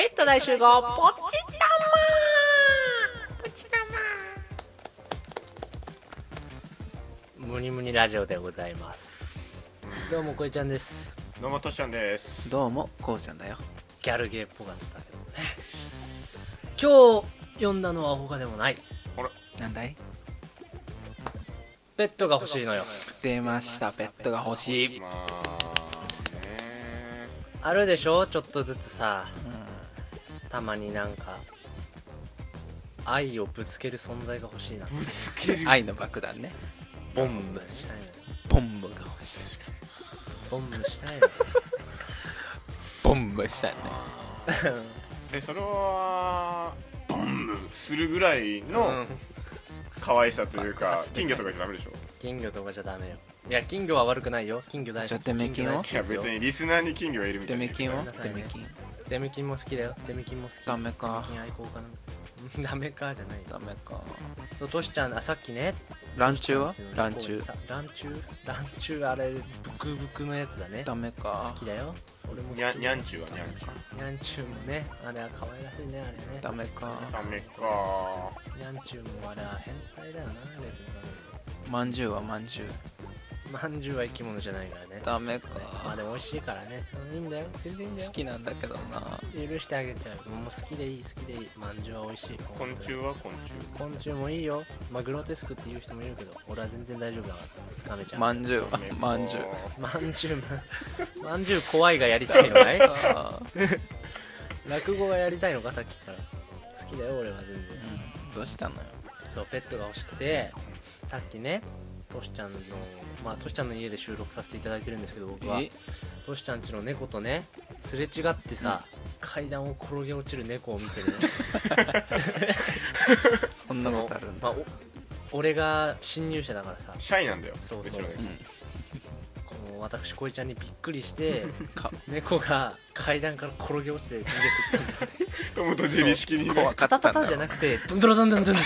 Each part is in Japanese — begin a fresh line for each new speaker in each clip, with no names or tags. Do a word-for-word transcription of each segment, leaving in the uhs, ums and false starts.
ペット大集合ポチタマポチタマムニムニラジオでございます。どうもこいちゃんです。
どうもとしちゃんです。
どうもこうちゃんだよ。
ギャルゲーっぽかったけどね。今日呼んだのは他でもない。
あれ
なんだい？
ペットが欲しいのよ。
出ました、ペットが欲しい。
まあね、
あるでしょ、ちょっとずつさ、
う
たまになんか愛をぶつける存在が欲しいな。
ぶつける
ん、愛の爆弾ね。
ボンブしたいのよ。
ボンブが欲しい。
ボンブしたいのよ。
ボンブしたいね。
え、それはボンブするぐらいの
うん
可愛さというか、金魚とかじゃダメでしょ。
金魚とかじゃダメよ。いや、金魚は悪くないよ。金魚大好き。
じゃあデメキンは
金魚大好きですよ
いや別にリスナーに金魚がいるみたいな。
デメキンは
ごめんなさいね
デメキン
デメキンも好きだよ。デメキンも好き。
ダメか
デメキン愛好家なの。ダメかじゃないよ。
ダメか。
そう、トシちゃん、あ、さっきね、
ランチュウは
トシちゃんちの
ランチュウ
さランチュウランチュウあれ、ブクブクのやつだね。
ダメか
好きだよ。俺も好き。
にゃにゃんちゅうはにゃんちゅう。
ニャンチュウもね、あれは可愛らしいね、あれね。
ダメか。
ダメか。
ニャンチュウもあれは変態だよな、レズに
まんじゅうはまんじゅう
まんじゅうは生き物じゃないからね。
ダメか。
まあでも美味しいからね。いいんだよ、全然いいんだよ
好。きなんだけどな。
許してあげちゃう。もう好きでいい、好きでいい。まんじゅうは美味しい。
昆虫は昆虫。
昆虫もいいよ。まあグロテスクって言う人もいるけど、俺は全然大丈夫だからつかめちゃう。
まんじゅうは
ダメか
まんじゅう。
まんじゅうまんじゅう怖いがやりたいのかい？
あー
落語がやりたいのか、さっきから。好きだよ俺は全然。
うん、どうしたのよ。
そう、ペットが欲しくて、さっきね、トシちゃんのまあトシちゃんの家で収録させていただいてるんですけど、僕は
え
トシちゃん家の猫とねすれ違ってさ、うん、階段を転げ落ちる猫を見てね
そんなことあるんだ。
まあ、俺が侵入者だからさ、
シャイなんだよ。
そうそう
ちの猫
うん
この私こいちゃんにびっくりして猫が階段から転げ落ちて逃げてったんだ
トムとジェリー式にね。
怖か
タタタ
ったんだろう
じゃなくてドンドロドンドンドンって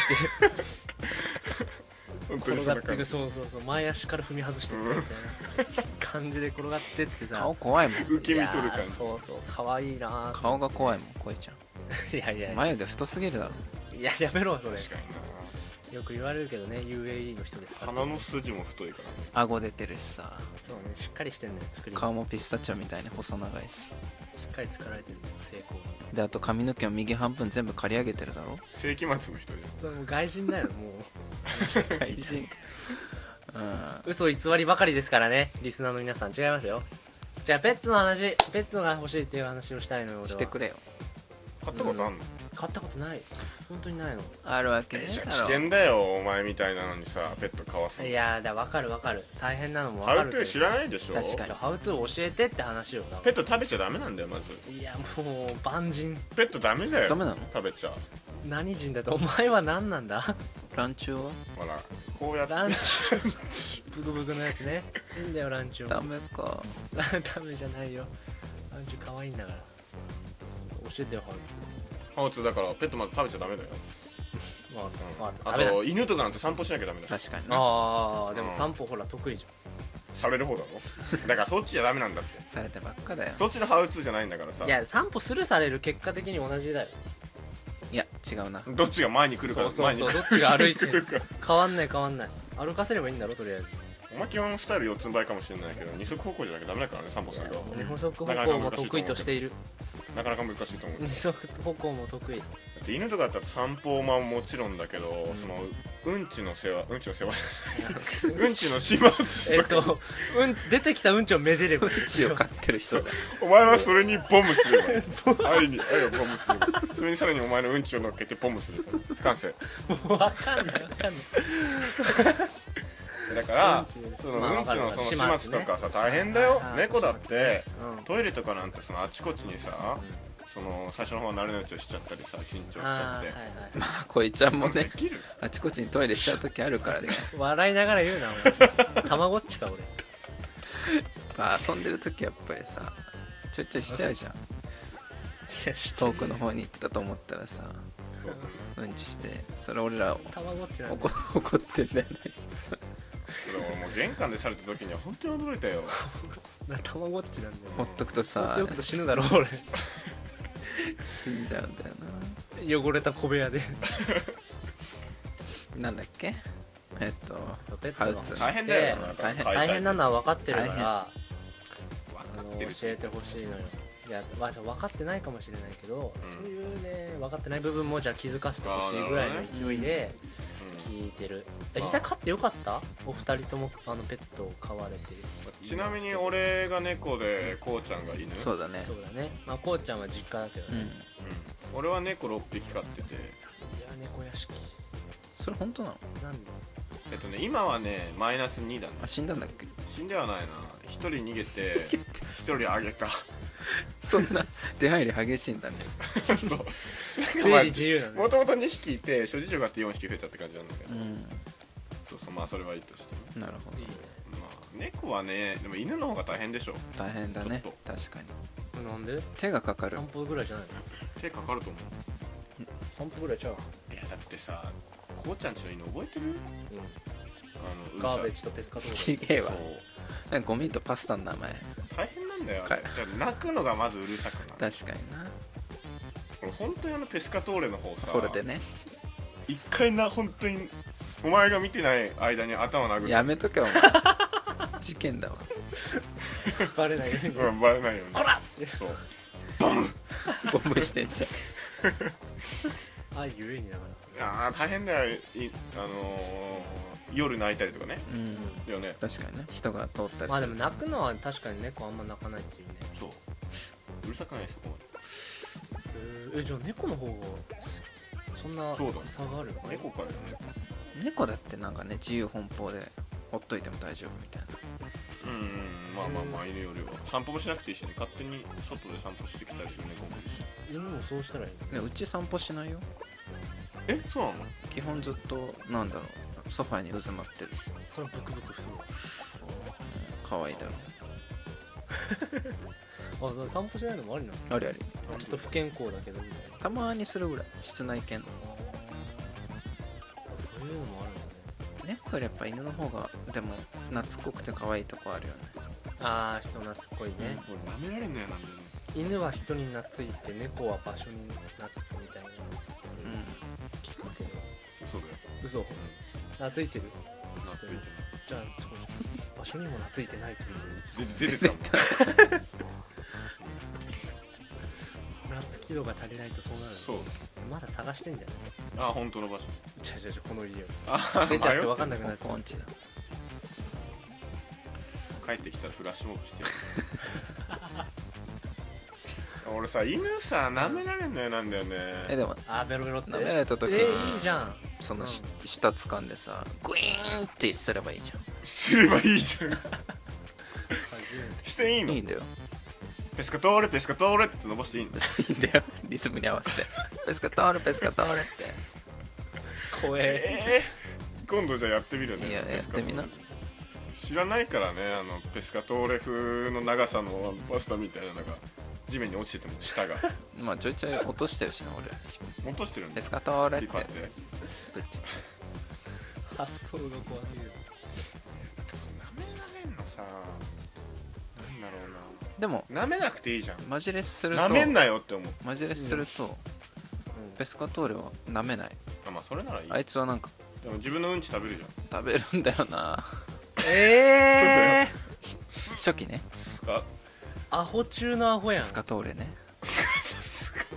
本当に
転がっていく。
そんな感じ。
そうそうそう、前足から踏み外してくみたいな感じで転がってってさ、
顔怖いもん。
受け身取る感じ。
いやーそうそう、可愛いなー。
顔が怖いもん、こいちゃん。
いやいやいや、
眉毛太すぎるだろ。
いややめろそれ。
確かに
よく言われるけどね、 ユーエーイー の人ですか
な。
ら。
鼻の筋も太いからね。
顎出てるしさ。
そうね、しっかりしてんのよ、作り。
顔もピスタチオみたいに細長いし。
しっかり作られてるのよ、成功。
で、あと髪の毛を右半分全部刈り上げてるだろ。
世紀末の人じ
それもう外人だよ、もう。
外人。うん
嘘偽りばかりですからね、リスナーの皆さん。違いますよ。じゃあペットの話、ペットが欲しいっていう話をしたいのよ、俺は。
してくれよ。
ゃん。買ったことあんの？
買ったことない。本当にないの。
あるわけね
えじゃあ
えだろ。
危険だよ、お前みたいなのにさ、ペット飼わすの。
いやー、だ分かる分かる。大変なのも分かるけど。
ハウトゥー知らないでしょ。
確か
じゃあハウトゥー教えてって話を。
ペット食べちゃダメなんだよ、まず。
いやもう万人。
ペットダメだよ。
ダメなの？
食べちゃう。
何人だと、お前は何なんだ？
ランチュウは
ほら、こうやって。
ランチューブクブクのやつね。いいんだよランチュー
ダ
も。
メか。
ダメじゃないよ。ランチュー可愛いんだから。教えてよ、ハウ
ハウツだからペットまず食べちゃダメだよ。
トゥー。まあ、
あ
ダメだ。
と犬とかなんて散歩しなきゃダメだし。
確かにな。
ああ、でも
うん
散歩ほら得意じ
される方だろ。だからそっちじゃダメなんだって。
されてばっかだよ。
そっちのハウツーじゃないんだからさ。
ゃん。いや、散歩するされる結果的に同じだよ。
いや違うな。
どっちが前に来るか
そうそうそう、
前に来る
どっちが歩いてる
来るか。
変わんない変わんない。歩かせればいいんだろ、とりあえず。
おまけのスタイル四つん這いかもしれないけど、二足歩行じゃなきゃダメだからね、散歩すると。
二足歩行も得意としている。
なかなか難しいと思う。
二足歩行も得意。
だって犬とかだったら散歩ももちろんだけど、
ん
そのうんちの世話、うんちの世話じゃないうんちの始末
えっと、うん出てきたうんちをめでればいい。
血を飼ってる人じゃん。
お前はそれにボムすればいい。愛に愛をボムすればいい。それにさらにお前のうんちを乗っけてボムすればいい。不完成
もうわかんないわかんない。
だから
うんちです
その
まあ
うんちのその
始末ね
始末とかさ大変だよ。
はい
猫だって
うん。
トイレとかなんてそのあちこちにさ、その最初の方は慣れのうちをしちゃったりさ、緊張しちゃって
あーはいはい。
まあこいちゃんもね
できる。
あちこちにトイレしちゃう時あるからね。
笑いながら言うな、お前。たまごっちか、俺。
まあ遊んでる時やっぱりさちょいちょいしちゃうじゃん。
いや、知ってる
遠くの方に行ったと思ったらさ
そう
うんちしてそれ俺ら
たまごっちなんだ。
怒怒ってんだよね。
それ俺もう玄関でされた時には本当に驚いたよ。
なたまごっちなんだよ。
ほっとくと
放っ
さ
ておくと死ぬだろ、俺。
死んじゃうんだよ
汚れた小部屋で
な。なんだっけ、えっと
ペットが
ハウツー
大変だよな
大変
大変なのは分かってるから
分
あ
かってる
の教えてほしいのよ。いやわ分かってないかもしれないけど、
うん
そういうね分かってない部分もじゃあ気づかせてほしいぐらいの勢いで聞いてる。え実際飼ってよかった？お二人ともあのペットを飼われてる。
ちなみに俺が猫でこうちゃんが犬。
そうだね。
そうだね。まあこうちゃんは実家だけどね。
うん。
うん俺は猫ろっぴき飼ってて、
いや猫屋敷
それ本当なの？
なんで？
えっとね今はねマイナスにだね。
あ、死んだんだっけ？
死んではないな。一人逃げて一人あげた。
そんな出入り激しいんだね。
そう
出入り自由なのね。
もともとにひきいて諸事情があってよんひき増えちゃった感じなんだけど、
う
そうそうまあそれはいいとしてね。
ん。なるほど
いい。ね。
まあ猫はねでも犬の方が大変でしょ。
大変だね
ちょっ。
確かに。
なんで？
手がかかる
散。歩ぐらいじゃないの？
手かかると思
散歩ぐらいちゃう？
う。いやだってさこうちゃんちの犬覚えてる？
うん。
あの
ガーベッ
ジ
ジとペスカト
ち
ー
げえわ
そう。
なんかゴミとパスタの名前。
大変なんだよあ
か
れ。だから泣くのがまずうるさくなる。
確かにな。
俺本当にあのペスカトーレの方さ
これでね。
一回な本当にお前が見てない間に頭殴る。
やめとけお前。事件だわ。
バレないように。
うんバレないように。
こら！
そう。ボン。
ゴムしてんじゃん。
あゆえになが
いやー大変だよ。いあのー、夜泣いたりとかね。
うん。
よね。
確かにね。人が通ったりする。
まあでも泣くのは確かに猫あんま泣かないっていうね。
そう。うるさくないそこまで。
えーえじゃあ猫の方がそんな
そうだ
差があるの？
猫からよね。
猫だってなんかね自由奔放でほっといても大丈夫みたいな。
うんうんまあまあまあ犬よりは散歩もしなくていいしね。勝手に外で散歩してきたりする猫もいるし。
犬もそうしたらいいの？
ねうち散歩しないよ。
えそうなの？
基本ずっとなんだろうソファーにうずまってる。
それブクブクする
可愛いだろ。
わ。あだから散歩しないのもありなの？
ありあり。
ちょっと不健康だけどみたいな。
たまにするぐらい室内犬。
そういうのもあるんだね。
猫よりやっぱ犬の方がでも懐っこくて可愛いとこあるよね。
ああ人懐っこいね。
俺舐められんのよなんだよね。
犬は人に懐いて猫は場所に懐くみたいな
う
聞くけど。
嘘だよ。
嘘。懐いてる？
懐いて
じゃあちょ場所にも懐いてないという。
ない。で出てたもん。
懐き度が足りないとそうなるの。
そう。
まだ探してんじゃない？
あ本当の場所。
ちゃちゃちゃこの家を
あ
出ちゃって分かんな
迷
くなっちゃう。
ん。ポンチだ。
帰ってきたらフラッシュモブしてる。俺さ犬さ舐められんのよなんだよね。
えでも
あーベロベロって
舐められた時に
えー、いいじゃん。
そのし
う
下掴んでさグイーンってすればいいじゃ
すればいいじゃん。
初めて
していいの？
ん。いいんだよ。
ペスカトーレペスカトーレって伸ばしていいの？
いいんだよ。リズムに合わせてペスカトールペスカトールっ
怖え。
えー、今度じゃあやってみるね。
いや
ペスカトーレ
やって
知らないからねあのペスカトーレ風の長さのパスタみたいなのが地面に落ちてても舌が
てまあちょいちょい落としてるしな俺。
落としてるんで
ペスカトールって
リパって
ぶっち
発想が怖すぎる。
舐められんのさなんだろ
でも
うな舐めなくていいじゃん。
マジレスすると
舐めんなよって思う。
マジレスするとペスカトールは舐めない。
あまあそれならいい。
あいつはなんか
でも自分のうんち食べるじゃん。
食べるんだよな。
え
初期ね
スカ
アホ中のアホやん。
ペスカトーレね。
スカト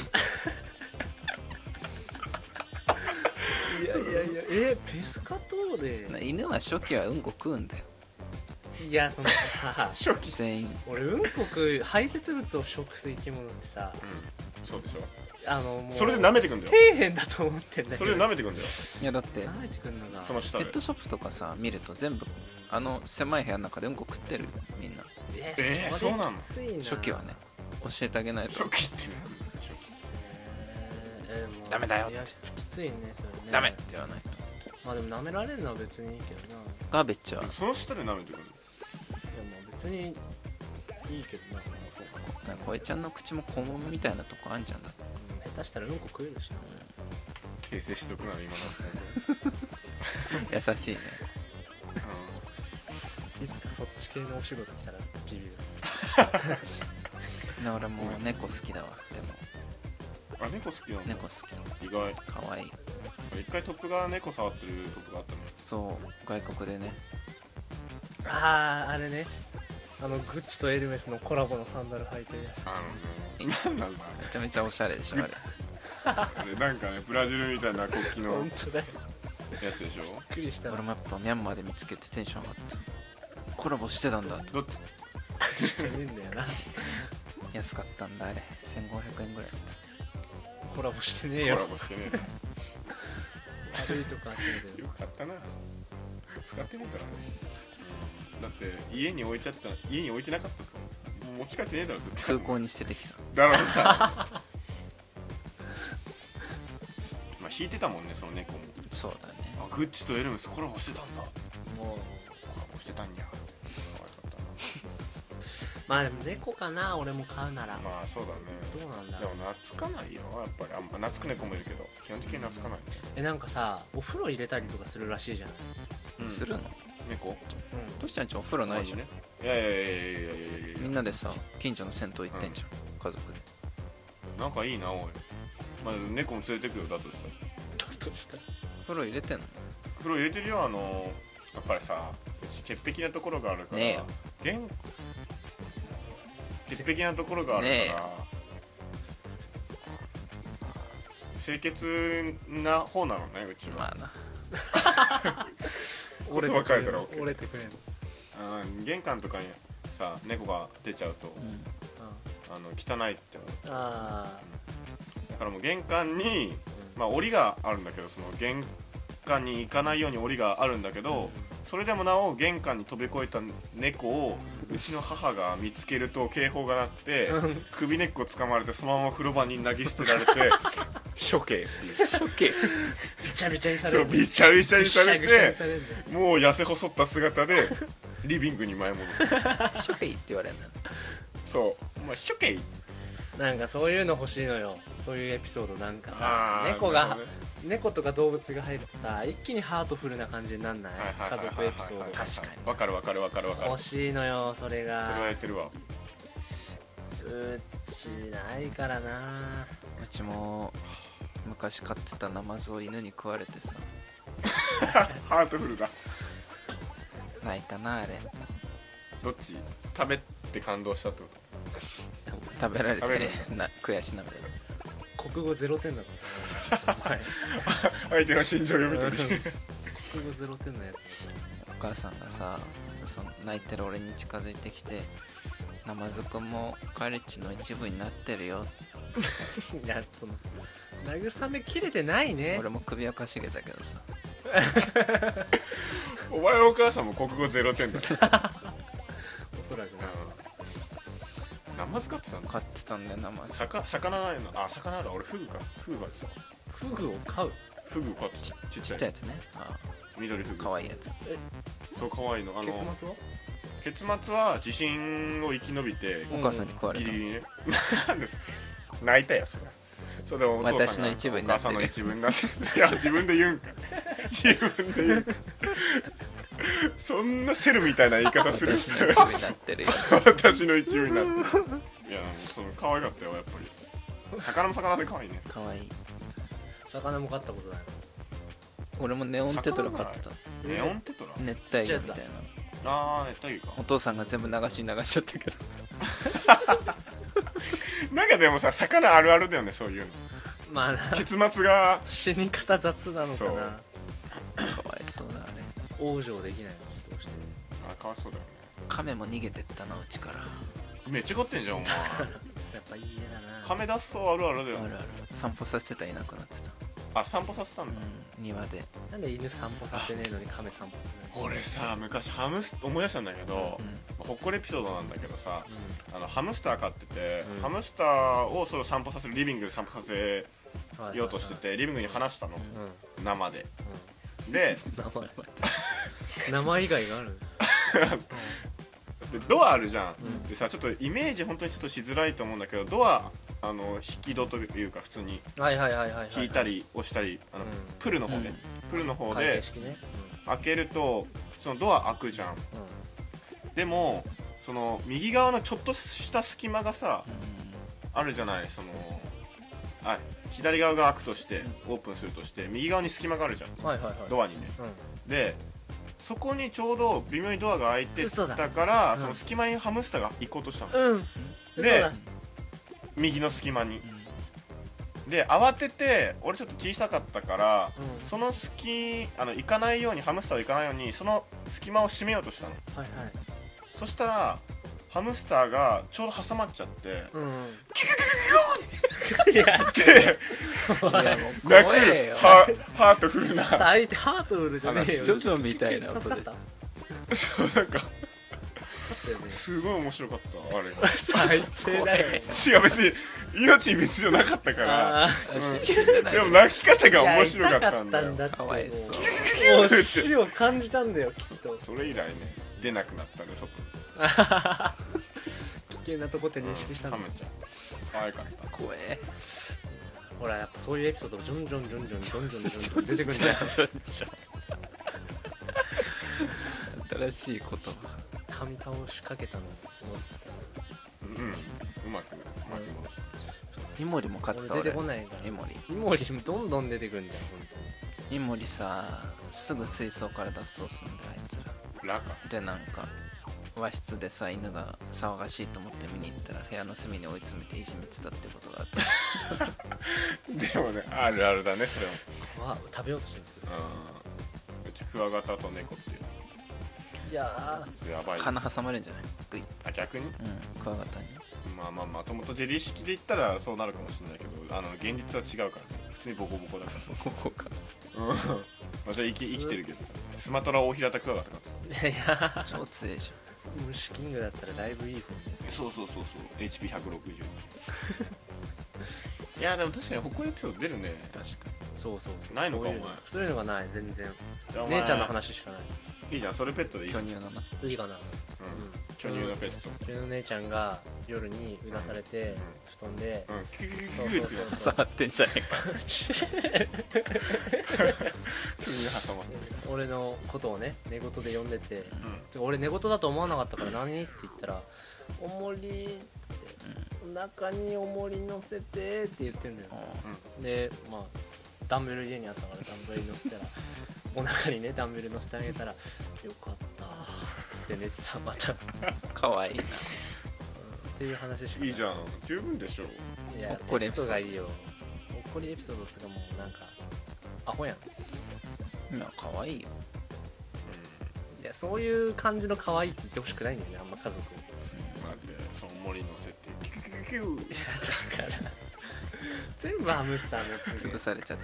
いやいやいやえペスカトーレ。
犬は初期はうんこ食うんだよ
いやそのさ
初期。
全員。
俺うんこ食う排泄物を食す生き物ってさ
うんそうでしょ。
あのもう
それで舐めてくんだよ。
底辺だと思ってんだけ
そ
ど
れで舐めてくんだよ。
いやだって
舐めてくんのが
その下で
ペットショップとかさ見ると全部あの狭い部屋の中でうんこ食ってるよみんな。
え
えー
それ
そうなの
きついな
初期はね教えてあげないと
初期ってね初期
えーえーもう
ダメだよって
いやきついねそれね
ダメって言わないと。
まあでも舐められるのは別にいいけどな。
ガーベッジは
その下で舐めてくる。
いやまあ別にいいけどな。
なんかこいちゃんの口も肛門みたいなとこあんじゃんだって。
うん下手したらうんこ食えるしな。
訂正しとくなら今の
優しいね。
いつかそっち系のお仕事来たらビビる。
俺もう猫好きだわ。でも
あ、猫好きなんだ。
猫好き。
意外。
かわいい。
一回トップが猫触ってるトップがあったの。
そう外国でね。
あああれね、あのグッチとエルメスのコラボのサンダル履いてるや
あのね、なんなんだ
めちゃめちゃおしゃれでしょあれ。
あれ、なんかね、ブラジルみたいな国旗
つ。
の
本当だよ。
やつでしょ。
びっくりしたわ。
俺もやっぱミャンマーで見つけてテンション上がった。コラボしてたんだって。
どっち？
してねえんだよな。
安かったんだあれ。せんごひゃくえんぐらいだっ
コラボしてねえ
コ
よ。
ラボしてね。
悪いとこ集めてる。
よく買ったな。使ってねえからね。だって家に置いてあった家に置いてなかったさ。もう持ち帰ってねえだろずっと。
た。空港に捨ててきた。
だろうな。まあ引いてたもんねその猫も。
そうだね。
あ、グッチとエルメスコラボしてたんだ。
もう
コラボしてたんや。可愛かったな。
まあでも猫かな、俺も買うなら。
まあそうだね。
どうなんだ
でも懐かないよやっぱり。あんま懐く猫もいるけど基本的に懐かないね。
え、なんかさ、お風呂入れたりとかするらしいじゃない。
うん
するの？
猫？
トシちゃんちお風呂ないじゃん。
ね。いやいやいやいやいやいやいや。
みんなでさ近所の銭湯行ってんじゃん、家族で。
なんかいいなおい。まあ猫も連れてくよだとしたら。
だとしたら
風呂入れてんの？
風呂入れてるよ。あのやっぱりさ潔癖なところがあるから。
ねえよ
玄潔癖なところがあるから、
ねえよ
清潔な方なのねうちは。
まあな。
折れてくれ
言葉変えたら
る
OK。
折れてくれるの。
あー玄関とかにさ猫が出ちゃうと、
うん
あの汚いって思う。
あ
だからもう玄関に、まあ檻があるんだけど、その玄関に行かないように檻があるんだけど、それでもなお玄関に飛び越えた猫をうちの母が見つけると警報が鳴って
うん
首根っこ掴まれてそのまま風呂場に投げ捨てられて処刑っていう。
処刑。
びちゃびちゃにされる。
そうびちゃびちゃにされ
ぐしゃぐしゃに
て
されるんだよ。
もう痩せ細った姿でリビングに前戻る。
処刑って言われるんだ。
そうお前処刑。
なんかそういうの欲しいのよ。そういうエピソードなんかさ
あ、ー
猫が
なるほどね
猫とか動物が入るとさ、一気にハートフルな感じになんない？
はいはいはい
家族エピソード。
確かに
わかるわかるわかるわかる。
欲しいのよ、それ
それは
が。
やってるわ。
うちないからな。
うちも昔飼ってたナマズを犬に食われてさ
ハートフルだ。
泣いたなあれ。
どっち食べて感動したってこと？
食べられ
食べる
てな悔し涙。
国語ゼロてんだからね。お前
相手の心情読み取り。
国語ゼロてんのやつ。
お母さんがさその泣いてる俺に近づいてきて「ナマズくんもカレッジの一部になってるよ」
いや、その慰めきれてないね。
俺も首をかしげたけどさ。
お前のお母さんも国語ゼロてんだ。
おそらくな。
ナマズ飼ってたんだ。
飼ってたんだよナマズ。
魚魚ないの。あ、魚だ。俺フグか。フグ飼ってた。
フグを飼う。
フグ飼ってた。ちっ
ち
ちゃい
っちゃいやつね。あ
緑フグ。
あかわいいやつ。
そう可愛いの。あの
結末は
結末は地震を生き延びて
お母さんに食われた
ギリギリね。なんです。泣いたよそれ。それでお父さんが
私の一部になってる
お母さんの一部になってる。いや自分で言うんか。自分で言うんか。そんなセルみたいな言い方する。
私の一部になってるよ。
私の一部になってる。いやその可愛かったよやっぱり。魚も魚で可愛いね。
かわいい。
魚も飼ったことないの。
俺もネオンテトラ飼ってた。
ネオンテトラ。
熱帯魚みたいな。
ああ熱帯魚か。
お父さんが全部流し流しちゃったけど。
なんかでもさ魚あるあるだよねそういうの。
まあな、
結末が
死に方雑なのか
そう
な。
かわいそうだあれ。
往生できないのどうして。
あかわいそうだよね。
カメも逃げてったなうちから。
めっちゃ飼ってんじゃんお前。
やっぱいい家だな。
亀脱走あるあるだよね。
あるある。散歩させてたらいなくなってた。
あ散歩させたんだ。
うん庭で。
なんで犬散歩させねえのに亀散歩するの？
俺さ昔ハムス思い出したんだけど、
うん
ほっこりエピソードなんだけどさ、
う
あのハムスター飼ってて、
うん
ハムスターをそれを散歩させるリビングで散歩させ
ん。はい
ようとしててリビングに放したの、
うん。
生で
うん。
で
名前待って。名前以外がある。
でドアあるじゃん、
うん
でさちょっとイメージ本当にちょっとしづらいと思うんだけどドアあの引き戸というか普通に
はいはいはいはいはい。
引いたり押したりあの、
うん
プルの方ね、プルの方
開
で
閉式ね。
開けるとそのドア開くじゃん。
うん。うん。
でもその右側のちょっとした隙間がさあるじゃないそのあ左側が開くとしてオープンするとして右側に隙間があるじゃん、
はいはいはい
ドアにね。
うん
でそこにちょうど微妙にドアが開いて
嘘だ
たから、
うん
その隙間にハムスターが行こうとしたの、
うん
で
嘘だ
右の隙間に。で慌てて俺ちょっと小さかったから、
うん
その隙あの行かないようにハムスターは行かないようにその隙間を閉めようとしたの。
はいはい
そしたらハムスターがちょうど挟まっちゃって
うん
で
いやもう
泣
怖えよ
くハハートフルな
最低ハートフルじゃねえよ
ジョジョみたいな音
助かっ
です
た
そうなんか
助かったよね
すごい面白かったあれが
最低だよ
違う別に命別じゃなかったから、
あ
うん
死んでない
でも泣き方
ー
が面白かったんだよ
いや痛かったんだって
かわいそう
もう死を感じたんだよきっと
それ以来ね出なくなったね外
危険なとこって認識したんだ
ハムちゃん可愛かった
怖え
ほらやっぱそういうエピソードジョンジョンジョンジョンジョンジョンジョンジョン出てくるんだよ
ジョジョ新しい言葉
神倒しかけたの思っちゃった
うんうんうまく巻き戻す
イモリも勝ってた
俺出
俺
てこないから
イモリ
イモリどんどん出てくるんだよ
イモリさすぐ水槽から脱走するんだよあいつら
ラか
でなんか和室でさ犬が騒がしいと思って見に行ったら部屋の隅に追い詰めていじめてたってことがあって
でもねあるあるだねそれも
本当わ食べようとしてるんですよ
うんうちクワガタと猫っていう
いや
やばい
鼻挟まれるんじゃないグイッ
あ逆に
うんクワガタに
まあまあまともとジェリー式で言ったらそうなるかもしれないけどあの現実は違うからさ普通にボコボコだか
ここから
うんまあじゃあ生き生きてるけどさスマトラオオヒラタクワガタかっ
ーいや
超強いじ
虫キングだったらだいぶいい方です
そうそうそうそう エイチピーひゃくろくじゅう いやでも確かにほこエピソード出るね
ゃん確か
そうそうそう
ないのか
そういう
お前
そういうのがない全然
じゃあお前
姉ちゃんの話しかない
いいじゃんそれペットでいい
に巨乳のない
いかな
うん巨乳のペット
うちの姉ちゃんが夜にうなされて布団で
うんキュキュキ
そう
ュキュキュって
そうそう
挟まってんじゃねえか
巨乳挟まって
俺のことをね寝言で呼んでて
る
てか俺寝言だと思わなかったから何って言ったら「おもり」って「中におもり乗せて」って言ってんだよでまあダンベル家にあったからダンベル乗せたらお腹にねダンベル乗せてあげたら「よかった」って寝てたまた、うん
かわいいな
っていう話しか
いいじゃん十分でしょ
いや
ほっこりエピソード
ペットがいいよほっこりエピソードってかもうなんかアホやん
いやかわいいよ
いやそういう感じの可愛いって言ってほしくないんだよねあんま家族
待ってその森乗せてキュキュキュキュ
だから全部ハムスターのやつ
潰されちゃった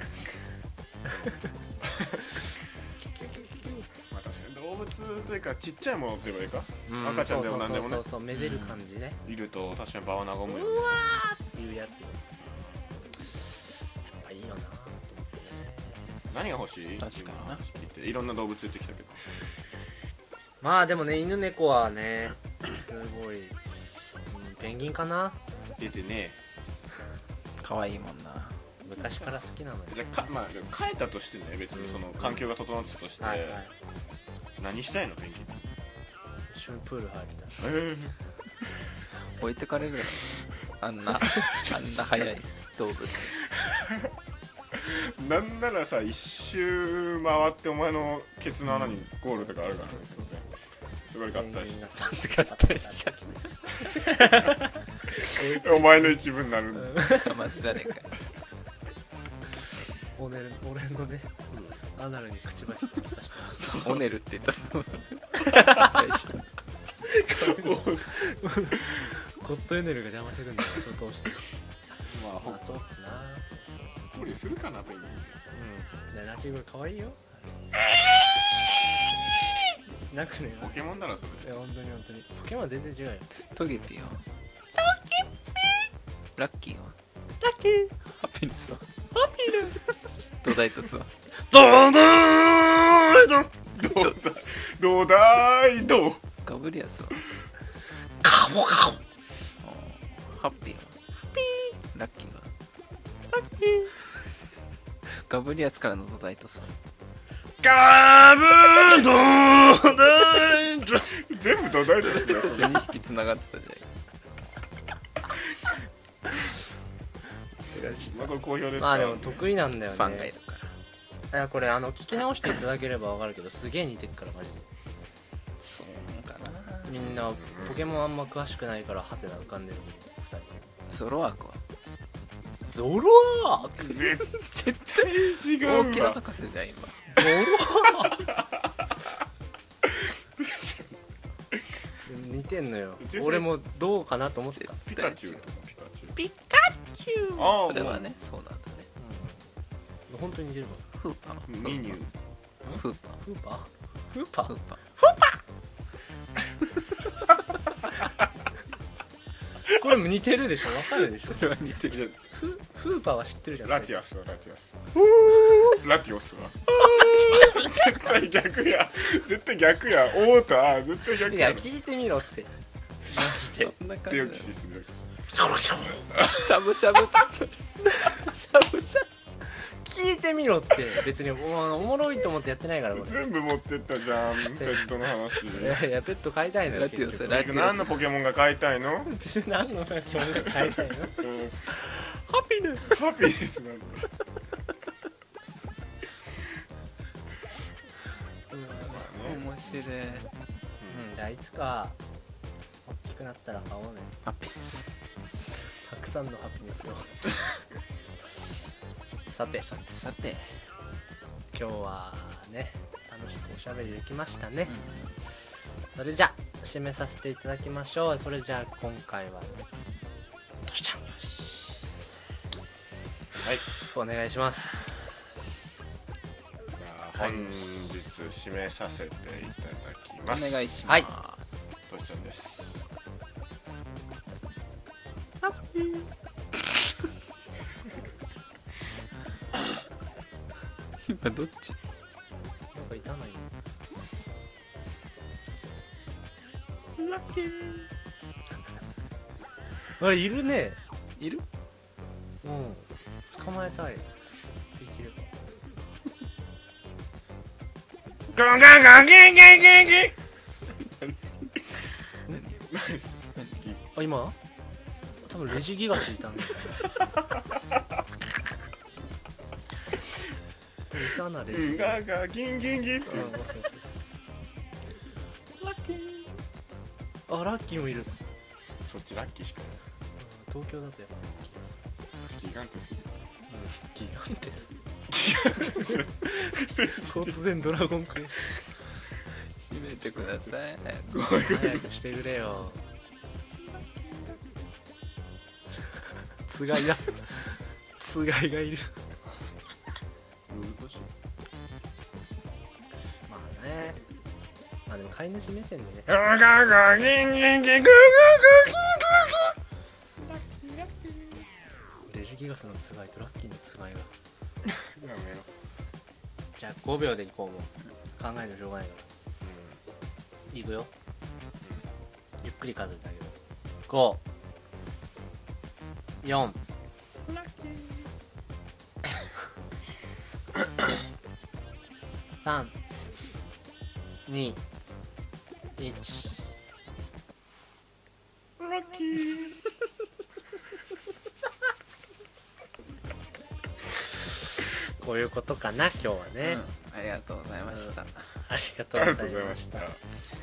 まあ確かに動物というかちっちゃいものって言えばいいか
うん
赤ちゃんでも何でもね
そうそうそうそうめでる感じね、
いると確かに場を和むよね
うわーっていうやつよやっぱいいよなと思ってね
何が欲しい
確かにな
今話聞いていろんな動物出てきたけど
まあでもね犬猫はねすごい、うん、ペンギンかな
出てね
かわいいもんな
昔から好きなのよ
じゃあかまあでも飼えたとしてね別にその環境が整ってたとして、
はいはい
何したいのペンギン
一緒にプール入りたい
ええ
置いてかれるよあんなあんな速い動物
なんならさ一周回ってお前のケツの穴にゴールとかあるからねすごい合体して
合
体しちゃ
お前の一部になるんだ
まずじゃねえかよ
俺俺のねアナルにくちばし突き刺した
オネルって言ったそう最初
コットエネルが邪魔してくんだよちょっと押して
まあほっ
まあそうかな
こりするかなペンギン
うんで鳴き声かわいいよなくね
ポケモンだろそれ
いや本当に本当にポケモンは全然違うよ
トゲピーはラッキーは
ラッキー
ハピネスは
ハッピーです
ドダイトスは
ドードード
どうだどうだいどう
ガブリアスは
カモカモ
ハッピーはラッキーは
ラッキー
ガブリアスからのドダイトスは
ガブードーダイド
全部土台ですよ
それに匹つながってたじゃない
まあこれ好評です
まあ
からね
でも得意なんだよね。
ファンがいるから
いやこれあの聞き直していただければわかるけどすげえ似てるからマジで。
そうかな。
みんなポケモンあんま詳しくないからハテナ浮かんでるふたり。
ゾロアクは
ゾロアーク
絶対違うわ
大きな博士じゃん今。
ゾロアーク似てんのよ。俺もどうかなと思ってた。
ピカチュウとかピカチュウ
ピカチュウ
ああ
それはねそうなんだね。
うん、本当に似てるか
フーパー
ミニュー
フーパー
ら。フーパーフーパー
フーパー
これも似てるでしょ。わかるでしょ。
それは似てる。
フフーパーは知ってるじゃん。
ラティアスはラティアスラティオスは絶対逆や絶対逆や太田絶対逆
いや
や
聞いてみろってマジで。
そんな感
手を
じだよ。
駆使してる
しゃぶしゃぶっつってしゃぶしゃ
聞いてみろって別におおもろいと思ってやってないからこれ。
全部持ってったじゃんペットの話
いやいやペット飼いたいのよ。
ラティオス
結局
ラティオス
何のポケモンが飼いたいの
別に何のポケモンが飼いたいの。
うん
ハピネス。
ハピネスなんだ
面白い。
うん、じゃあいつか大きくなったら買おうね。
ハッピーです。
たくさんのハピネスを。さて
さてさて、
今日はね楽しくおしゃべりできましたね。
うん、
それじゃあ締めさせていただきましょう。それじゃあ今回はねとしちゃん
はい
お願いします。
じゃあ本日締めさせていただき
お
ます
願いします。
はい
としちゃんです
今どっち？
なんかいたのよ。
ラッキー。
あれいるね。
いる？
うん捕まえたい。できれば。
ガンガンガンギンギンギンギン
あ今多分レジギガスいたんだよ。いたなレジギガ
ガンガンギンギンギンって
ス。うんそうそうラッキー。あラッキーもいる。
そっちラッキーしかない
うん東京だとやっぱ
ギガンテス
ギガンテス。突然ドラゴンクエス
閉めてください。
ごめんごめん
ト早くしてくれよ。つがいだ。つがいがいる。まあね。まあでも飼い主目線でね。
ガンガンガンギンギンギングーグーグーギン
レジギガスのつがいとラッキーのつがいが。
やめろ
じゃあごびょうでいこうもう。考えるのしょうがないから。いくよ。ゆっくり数えてあげる。ご、よん、さん、に、いち。
ラッキー
こういうことかな今日はね、
うん、ありがとうございました。
ありがと
あり
うござい
がとうございまし
ましたた。